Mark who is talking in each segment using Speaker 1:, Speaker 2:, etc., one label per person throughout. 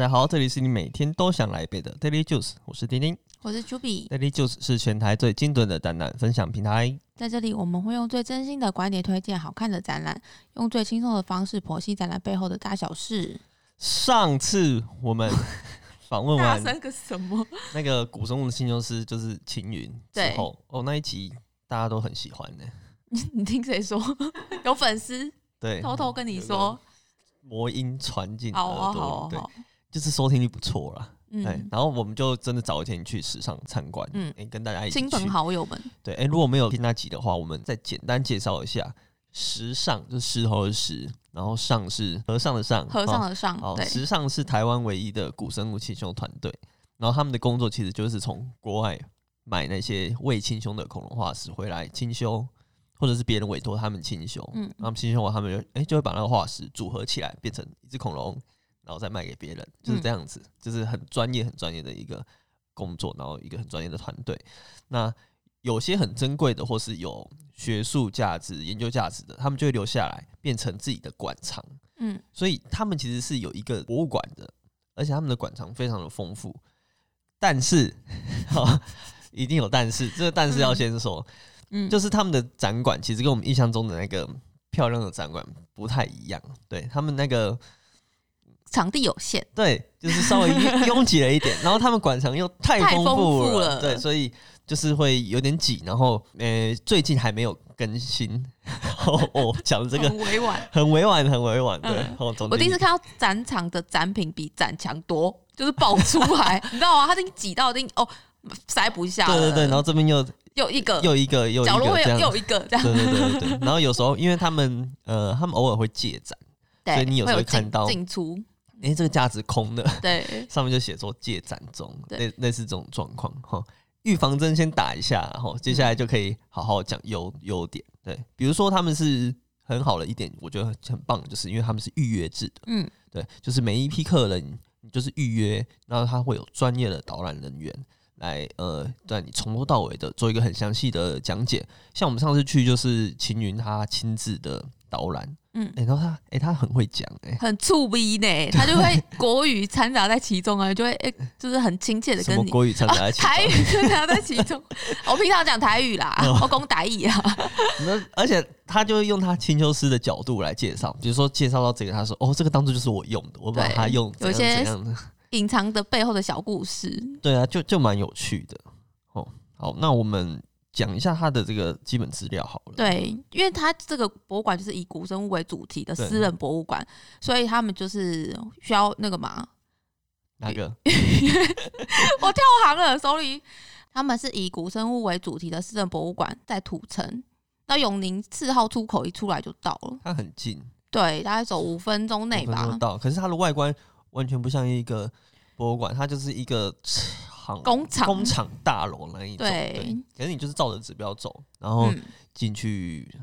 Speaker 1: 家好，这里是你每天都想来一杯的 Daily Juice， 我是丁丁，
Speaker 2: 我是 Juby。
Speaker 1: Daily Juice 是全台最精准的展览分享平台，
Speaker 2: 在这里我们会用最真心的观点推荐好看的展览，用最轻松的方式剖析展览背后的大小事。
Speaker 1: 上次我们访问完
Speaker 2: 大声个什么？
Speaker 1: 那个古生物的新修师就是秦云之后，那一集大家都很喜欢呢。
Speaker 2: 你听谁说？有粉丝
Speaker 1: 对
Speaker 2: 偷偷跟你说，
Speaker 1: 魔音传进
Speaker 2: 好
Speaker 1: 耳朵里，
Speaker 2: 好
Speaker 1: 对，就是收听率不错啦。
Speaker 2: 嗯，
Speaker 1: 然后我们就真的找一天去时尚参观，跟大家一起去
Speaker 2: 亲朋好友们。
Speaker 1: 对，如果没有听那集的话，我们再简单介绍一下。时尚就是石头的石，然后尚是和尚的尚，
Speaker 2: 和尚的尚。对，
Speaker 1: 时尚是台湾唯一的古生物清修团队，然后他们的工作其实就是从国外买那些未清修的恐龙化石回来清修，或者是别人委托他们清修，他们清修完，他们就会把那个化石组合起来变成一只恐龙，然后再卖给别人，就是这样子，就是很专业的一个工作，然后一个很专业的团队。那有些很珍贵的，或是有学术价值、研究价值的，他们就会留下来，变成自己的馆藏。所以他们其实是有一个博物馆的，而且他们的馆藏非常的丰富。但是，一定有但是，这个但是要先说，就是他们的展馆其实跟我们印象中的那个漂亮的展馆不太一样。对，他们那个
Speaker 2: 场地有限，
Speaker 1: 对，就是稍微拥挤了一点，然后他们馆藏又太丰富了，对，所以就是会有点挤。然后最近还没有更新，讲这个
Speaker 2: 很委婉，
Speaker 1: 很委婉。对，
Speaker 2: 我第一次看到展场的展品比展墙多，就是爆出来，你知道吗？它已经挤到塞不下了。
Speaker 1: 对，然后这边又
Speaker 2: 一个
Speaker 1: 角
Speaker 2: 落会又一个这样。
Speaker 1: 对。然后有时候因为他们偶尔会借展，所以你有时候会看到
Speaker 2: 进出。
Speaker 1: 这个架子空的，
Speaker 2: 对，
Speaker 1: 上面就写说借展中，类似这种状况哈。预防针先打一下，然后接下来就可以好好讲优点。对，比如说他们是很好的一点，我觉得很棒，就是因为他们是预约制的，对，就是每一批客人你就是预约，然后他会有专业的导览人员来对你从头到尾的做一个很详细的讲解。像我们上次去就是秦云他亲自的导览。然后他很会讲，
Speaker 2: 很触逼呢，他就会国语掺杂在其中啊，就会就是很亲切的跟你。
Speaker 1: 什么国语掺杂在其中？
Speaker 2: 台语掺杂在其中。我平常讲台语啦，我讲台语啊。
Speaker 1: 而且他就会用他清修师的角度来介绍，比如说介绍到这个，他说这个当初就是我用的，我把它用
Speaker 2: 有一些隐藏的背后的小故事。
Speaker 1: 对啊，就蛮有趣的。好，那我们讲一下它的这个基本资料好了。
Speaker 2: 对，因为它这个博物馆就是以古生物为主题的私人博物馆，所以他们就是需要那个嘛。
Speaker 1: 哪个？
Speaker 2: 我跳行了 ，sorry。他们是以古生物为主题的私人博物馆，在土城。那永宁4号出口一出来就到了，
Speaker 1: 它很近，
Speaker 2: 对，大概走5分钟内吧。5分钟
Speaker 1: 到，可是它的外观完全不像一个博物馆，它就是一个工厂大楼那一种。对，可是你就是照着指标走，然后进去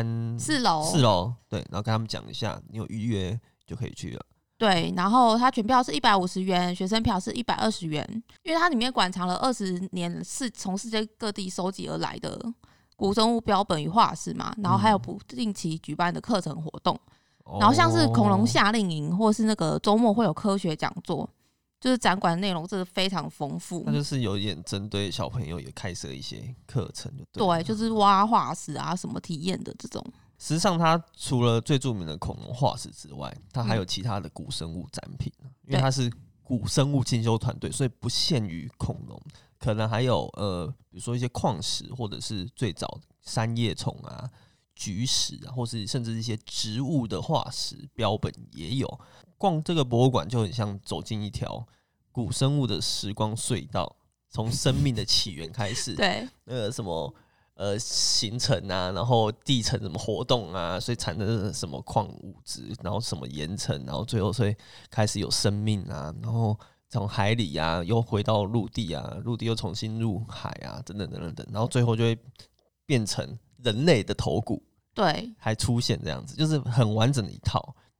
Speaker 1: 4楼，对，然后跟他们讲一下，你有预约就可以去了。
Speaker 2: 对，然后它全票是150元，学生票是120元，因为它里面馆藏了20年从世界各地收集而来的古生物标本与化石嘛，然后还有不定期举办的课程活动，然后像是恐龙夏令营或是那个周末会有科学讲座。就是展馆内容真的非常丰富，
Speaker 1: 它就是有点针对小朋友也开设一些课程，
Speaker 2: 对，就是挖化石啊什么体验的这种。
Speaker 1: 实际上，它除了最著名的恐龙化石之外，它还有其他的古生物展品，因为它是古生物清修团队，所以不限于恐龙，可能还有比如说一些矿石，或者是最早三叶虫啊、菊石啊，或是甚至一些植物的化石标本也有。逛这个博物馆就很像走进一条古生物的时光隧道，从生命的起源开始，
Speaker 2: 对，
Speaker 1: 什么形成啊，然后地层怎么活动啊，所以产生什么矿物质，然后什么岩层，然后最后所以开始有生命啊，然后从海里啊又回到陆地啊，陆地又重新入海啊，等等，然后最后就会变成人类的头骨，
Speaker 2: 对，
Speaker 1: 还出现这样子，就是很完整的一套。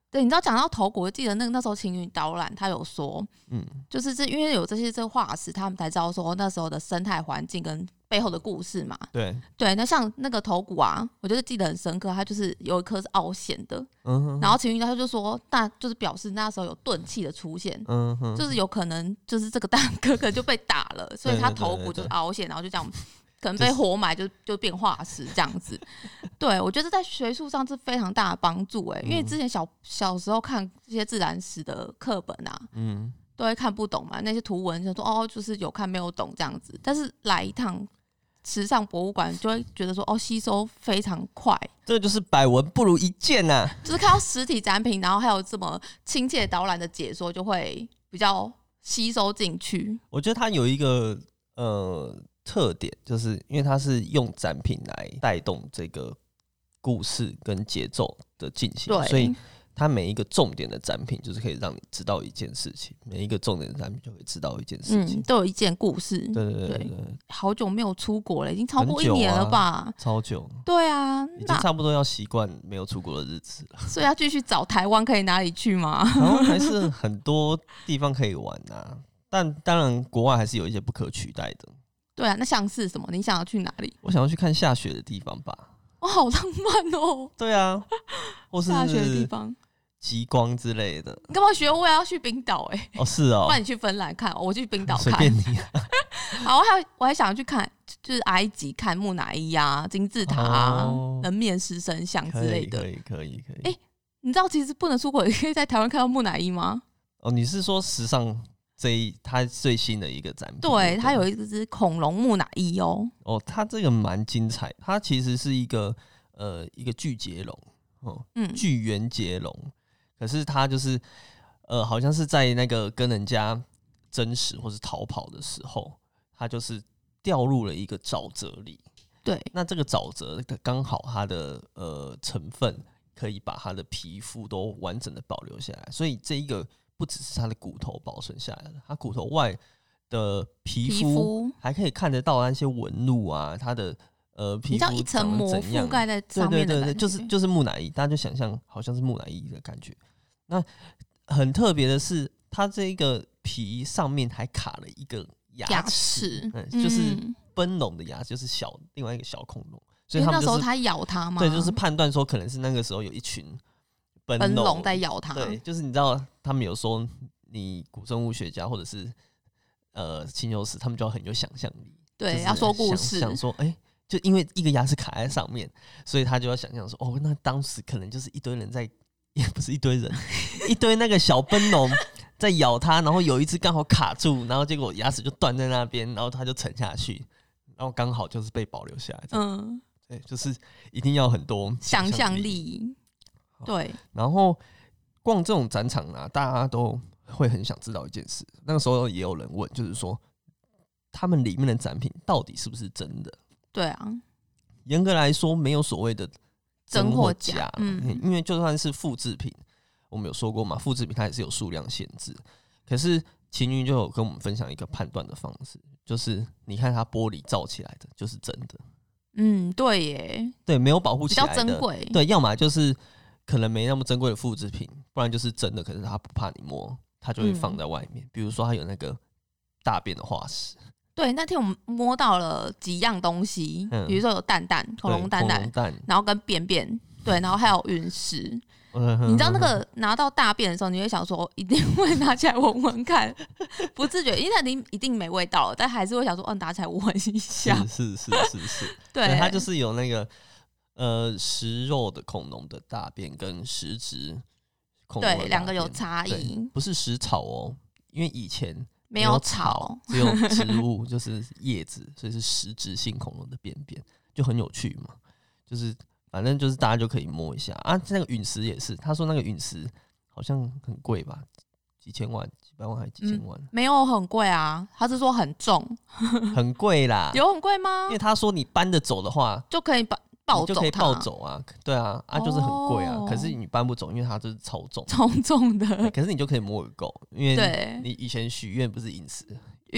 Speaker 2: 对，你知道讲到头骨，我记得那时候晴雨导览他有说，就是因为有这些化石，他们才知道说那时候的生态环境跟背后的故事嘛。对，那像那个头骨啊，我就是记得很深刻，它就是有一颗是凹陷的，然后晴雨他就说，那就是表示那时候有钝器的出现，就是有可能就是这个大哥哥就被打了，所以他头骨就是凹陷，然后就这样。可能被活埋就变化石这样子，对，我觉得在学术上是非常大的帮助因为之前小时候看这些自然史的课本啊，都会看不懂嘛，那些图文就说就是有看没有懂这样子，但是来一趟池上博物馆就会觉得说吸收非常快，
Speaker 1: 这就是百闻不如一见啊，
Speaker 2: 就是看到实体展品，然后还有这么亲切导览的解说，就会比较吸收进去。
Speaker 1: 我觉得它有一个特点，就是因为它是用展品来带动这个故事跟节奏的进行，所以它每一个重点的展品就是可以让你知道一件事情，每一个重点的展品就可以知道一件事情，
Speaker 2: 都有一件故事。对，好久没有出国了，已经超过1年了吧？
Speaker 1: 超久。
Speaker 2: 对啊，
Speaker 1: 已经差不多要习惯没有出国的日子了。
Speaker 2: 所以要继续找台湾可以哪里去吗？
Speaker 1: 台湾还是很多地方可以玩啊，但当然国外还是有一些不可取代的。
Speaker 2: 对啊，那像是什么？你想要去哪里？
Speaker 1: 我想要去看下雪的地方吧。
Speaker 2: 好浪漫哦。
Speaker 1: 对啊，或是
Speaker 2: 下雪的地方，
Speaker 1: 极光之类的。
Speaker 2: 你干嘛学我也要去冰岛
Speaker 1: 是哦。
Speaker 2: 不然你去芬兰看，我去冰岛看。
Speaker 1: 随便你
Speaker 2: 好，我还想去看，就是埃及看木乃伊啊、金字塔啊、人面狮身像之类的。
Speaker 1: 可以。
Speaker 2: 你知道其实不能出国也可以在台湾看到木乃伊吗？
Speaker 1: 你是说时尚？它最新的一个展品，
Speaker 2: 对，它有一只恐龙木乃伊
Speaker 1: 它这个蛮精彩，它其实是一个巨节龙巨猿节龙，可是它就是好像是在那个跟人家争食或是逃跑的时候，它就是掉入了一个沼泽里。
Speaker 2: 对，
Speaker 1: 那这个沼泽刚好它的成分可以把它的皮肤都完整的保留下来，所以这一个。不只是它的骨头保存下来了，它骨头外的皮肤还可以看得到那些纹路啊，它的皮肤
Speaker 2: 像一层膜覆盖在上面的感觉。
Speaker 1: 对，就是木乃伊，大家就想象好像是木乃伊的感觉。那很特别的是，它这个皮上面还卡了一个牙齿，就是奔龙的牙齿，就是另外一个小恐龙。所以他们、就是、
Speaker 2: 那时候它咬它吗？
Speaker 1: 对，就是判断说可能是那个时候有一群。奔龙
Speaker 2: 在咬它，
Speaker 1: 对，就是你知道，他们有说，你古生物学家或者是禽流史，他们就要很有想象力，
Speaker 2: 对，
Speaker 1: 就是、
Speaker 2: 要说故事，
Speaker 1: 想说，就因为一个牙齿卡在上面，所以他就要想象说，那当时可能就是一堆人在，也不是一堆人，一堆那个小奔龙在咬它，然后有一只刚好卡住，然后结果牙齿就断在那边，然后它就沉下去，然后刚好就是被保留下来。对，就是一定要很多
Speaker 2: 想象力。对，
Speaker 1: 然后逛这种展场啊，大家都会很想知道一件事。那个时候也有人问，就是说他们里面的展品到底是不是真的？
Speaker 2: 对啊，
Speaker 1: 严格来说没有所谓的真或假，因为就算是复制品，我们有说过嘛，复制品它也是有数量限制。可是秦云就有跟我们分享一个判断的方式，就是你看它玻璃罩起来的，就是真的。
Speaker 2: 对耶，
Speaker 1: 对，没有保护起来的，
Speaker 2: 比较珍贵。
Speaker 1: 对，要么就是可能没那么珍贵的复制品，不然就是真的，可是他不怕你摸，他就会放在外面。比如说他有那个大便的化石。
Speaker 2: 对，那天我们摸到了几样东西，比如说有蛋蛋、恐龙蛋蛋，然后跟便便，对，然后还有陨石。你知道那个拿到大便的时候，你会想说一定会拿起来闻闻看，不自觉，因为它一定没味道了，但还是会想说，拿起来闻一下。
Speaker 1: 是，
Speaker 2: 对，
Speaker 1: 它就是有那个食肉的恐龙的大便跟食植恐龙的大便，
Speaker 2: 对，两个有差异，
Speaker 1: 不是食草哦，因为以前
Speaker 2: 没有草，
Speaker 1: 只有植物，就是叶子，所以是食植性恐龙的便便，就很有趣嘛，就是。反正就是大家就可以摸一下啊，那个陨石也是，他说那个陨石好像很贵吧，几千万、几百万还是几千万？
Speaker 2: 没有很贵啊，他是说很重，
Speaker 1: 很贵啦。
Speaker 2: 有很贵吗？
Speaker 1: 因为他说你搬得走的话，
Speaker 2: 就可以抱走，
Speaker 1: 就可以抱走啊，对啊，就是很贵啊。可是你搬不走，因为它就是超重
Speaker 2: 的。
Speaker 1: 可是你就可以摸个够，因为你以前许愿不是陨石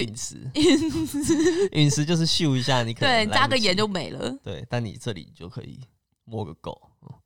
Speaker 1: 就是咻一下，你可能
Speaker 2: 对加个盐就没了。
Speaker 1: 对，但你这里就可以。摸个够，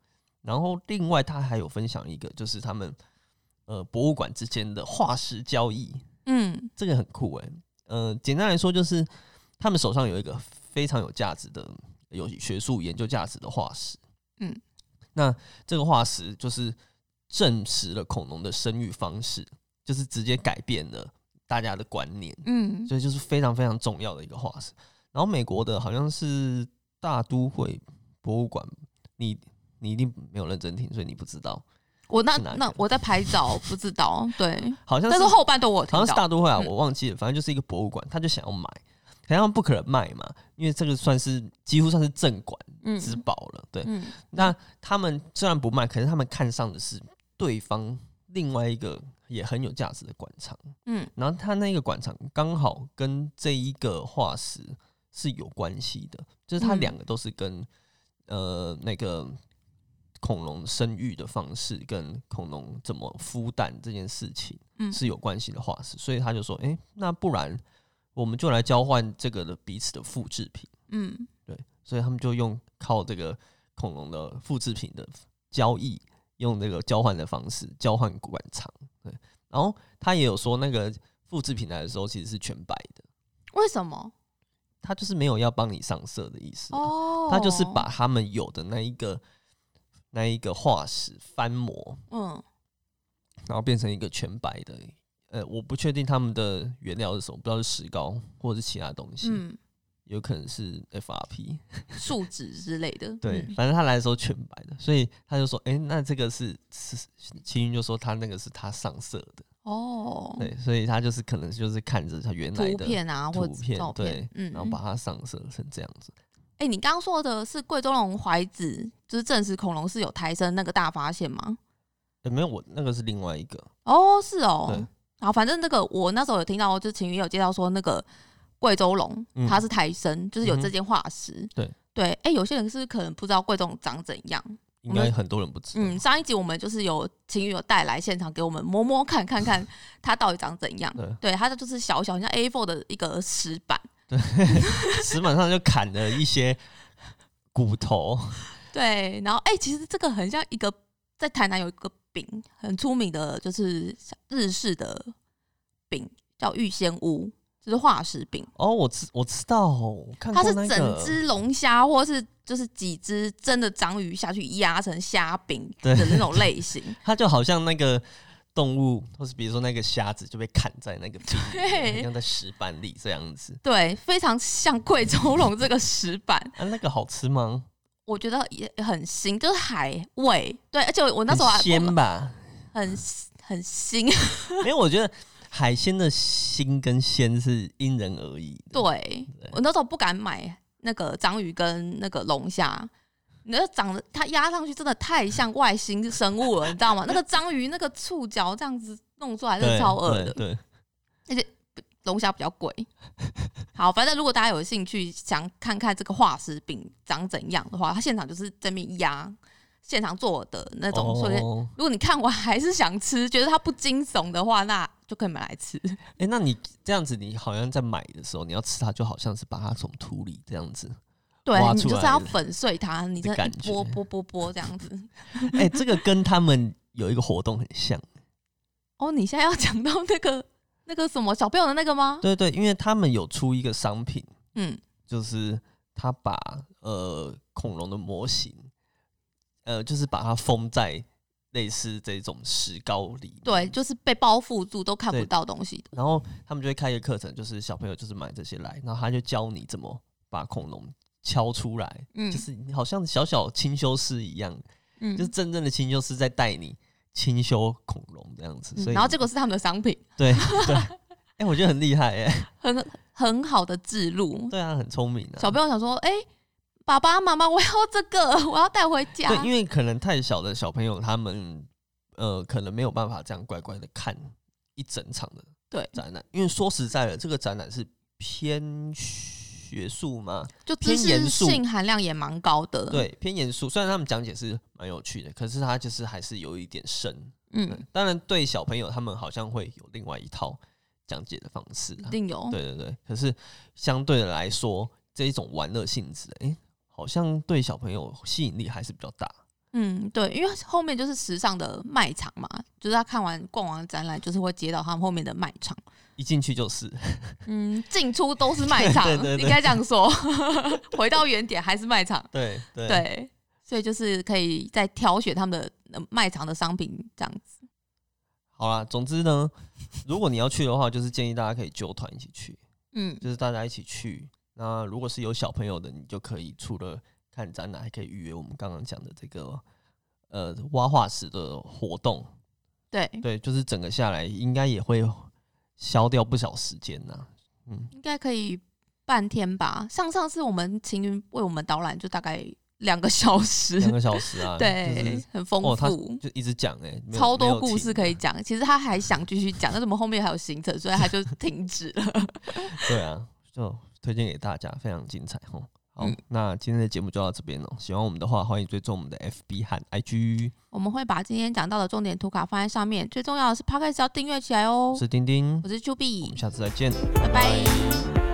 Speaker 1: 然后另外他还有分享一个，就是他们博物馆之间的化石交易，这个很酷简单来说就是他们手上有一个非常有价值的、有学术研究价值的化石，那这个化石就是证实了恐龙的生育方式，就是直接改变了大家的观念，所以就是非常非常重要的一个化石。然后美国的好像是大都会博物馆，你一定没有认真听，所以你不知道。
Speaker 2: 那我在拍照，不知道，对，
Speaker 1: 好像
Speaker 2: 但是后半段我有听到，
Speaker 1: 好像是大都会我忘记了，反正就是一个博物馆，他就想要买，可是他们不可能卖嘛，因为这个几乎算是镇馆之宝了，对。那他们虽然不卖，可是他们看上的是对方另外一个也很有价值的馆藏，然后他那个馆藏刚好跟这一个化石是有关系的，就是它两个都是跟那个恐龙生育的方式跟恐龙怎么孵蛋这件事情是有关系的化石，所以他就说，那不然我们就来交换这个的彼此的复制品，对，所以他们就靠这个恐龙的复制品的交易，用这个交换的方式交换馆藏，对，然后他也有说那个复制品来的时候其实是全白的，
Speaker 2: 为什么？
Speaker 1: 他就是没有要帮你上色的意思，他就是把他们有的那一个化石翻模，然后变成一个全白的，我不确定他们的原料是什么，不知道是石膏或者是其他东西，有可能是 FRP
Speaker 2: 树脂之类的，
Speaker 1: 对，反正他来的时候全白的，所以他就说，那这个是青云就说他那个是他上色的。对，所以他就是可能就是看着他原来的
Speaker 2: 图片啊，或者照
Speaker 1: 片，对，然后把它上色成这样子。
Speaker 2: 你刚刚说的是贵州龙怀子，就是证实恐龙是有胎生那个大发现吗？
Speaker 1: 没有，我那个是另外一个。
Speaker 2: 是哦。然后反正那个我那时候有听到，就秦宇有介绍说那个贵州龙它是胎生，就是有这件化石。对，有些人是可能不知道贵州龙长怎样。
Speaker 1: 应该很多人不知道。
Speaker 2: 上一集我们就是秦宇有带来现场给我们摸摸看它到底长怎样。对，它就是小小像 A4 的一个石板。
Speaker 1: 对，石板上就砍了一些骨头。
Speaker 2: 对，然后其实这个很像一个在台南有一个饼很出名的，就是日式的饼叫玉仙屋。就是化石饼
Speaker 1: 我知道，我看过那个，
Speaker 2: 它是整只龙虾或是就是几只真的章鱼下去压成虾饼的那种类型。
Speaker 1: 它就好像那个动物，或是比如说那个虾子就被砍在那个饼里，像在石板里这样子。
Speaker 2: 对，非常像贵州龙这个石板。
Speaker 1: 那个好吃吗？
Speaker 2: 我觉得也很腥，就是海味。对，而且我那时候
Speaker 1: 很鲜吧，
Speaker 2: 很腥。
Speaker 1: 因为我觉得海鲜的腥跟鲜是因人而异的。
Speaker 2: 对，我那时候不敢买那个章鱼跟那个龙虾，那长得它压上去真的太像外星生物了，你知道吗？那个章鱼那个触角这样子弄出来，真的超恶的。
Speaker 1: 对，
Speaker 2: 而且龙虾比较贵。好，反正如果大家有兴趣想看看这个化石饼长怎样的话，它现场就是这边压。现场做的那种，所以如果你看完还是想吃，觉得它不惊悚的话，那就可以买来吃。
Speaker 1: 那你这样子，你好像在买的时候，你要吃它，就好像是把它从土里这样子，
Speaker 2: 对，你就是要粉碎它，你真的剥这样子。
Speaker 1: 这个跟他们有一个活动很像。
Speaker 2: 你现在要讲到那个什么小朋友的那个吗？
Speaker 1: 对，因为他们有出一个商品，就是他把恐龙的模型。就是把它封在类似这种石膏里，
Speaker 2: 对，就是被包覆住都看不到东西的。
Speaker 1: 然后他们就会开一个课程，就是小朋友就是买这些来，然后他就教你怎么把恐龙敲出来，就是好像小小清修师一样，就是真正的清修师在带你清修恐龙这样子。所以
Speaker 2: 然后这个是他们的商品，
Speaker 1: 对，我觉得很厉害
Speaker 2: 很好的置入，
Speaker 1: 对啊，很聪明啊。
Speaker 2: 小朋友想说，爸爸妈妈，我要这个，我要带回家。
Speaker 1: 对，因为可能太小的小朋友，他们可能没有办法这样乖乖的看一整场的展览。因为说实在的，这个展览是偏学术嘛，
Speaker 2: 就知识性含量也蛮高的。
Speaker 1: 对，偏严肃。虽然他们讲解是蛮有趣的，可是它就是还是有一点深。当然对小朋友，他们好像会有另外一套讲解的方式，
Speaker 2: 一定有。
Speaker 1: 对。可是相对的来说，这一种玩乐性质，好像对小朋友吸引力还是比较大。
Speaker 2: 对，因为后面就是时尚的卖场嘛，就是他逛完展览，就是会接到他们后面的卖场。
Speaker 1: 一进去就是，
Speaker 2: 进出都是卖场，
Speaker 1: 对
Speaker 2: 应该这样说。回到原点还是卖场。
Speaker 1: 对，
Speaker 2: 所以就是可以再挑选他们的卖场的商品这样子。
Speaker 1: 好啦，总之呢，如果你要去的话，就是建议大家可以揪团一起去，就是大家一起去。那如果是有小朋友的，你就可以除了看展览，还可以预约我们刚刚讲的这个挖化石的活动。对，就是整个下来应该也会消掉不少时间呐。
Speaker 2: 应该可以半天吧。上次我们晴云为我们导览就大概2个小时
Speaker 1: ，2个小时啊，
Speaker 2: 对，就是、很丰富，
Speaker 1: 他就一直讲
Speaker 2: 超多故事可以讲。其实他还想继续讲，但是我们后面还有行程，所以他就停止了。
Speaker 1: 对啊，就推荐给大家，非常精彩吼。好，那今天的节目就到这边了。喜欢我们的话，欢迎追踪我们的 FB 和 IG。
Speaker 2: 我们会把今天讲到的重点图卡放在上面。最重要的是 Podcast 要订阅起来哦。
Speaker 1: 我是丁丁，
Speaker 2: 我是 Juby，
Speaker 1: 我们下次再见，
Speaker 2: 拜拜。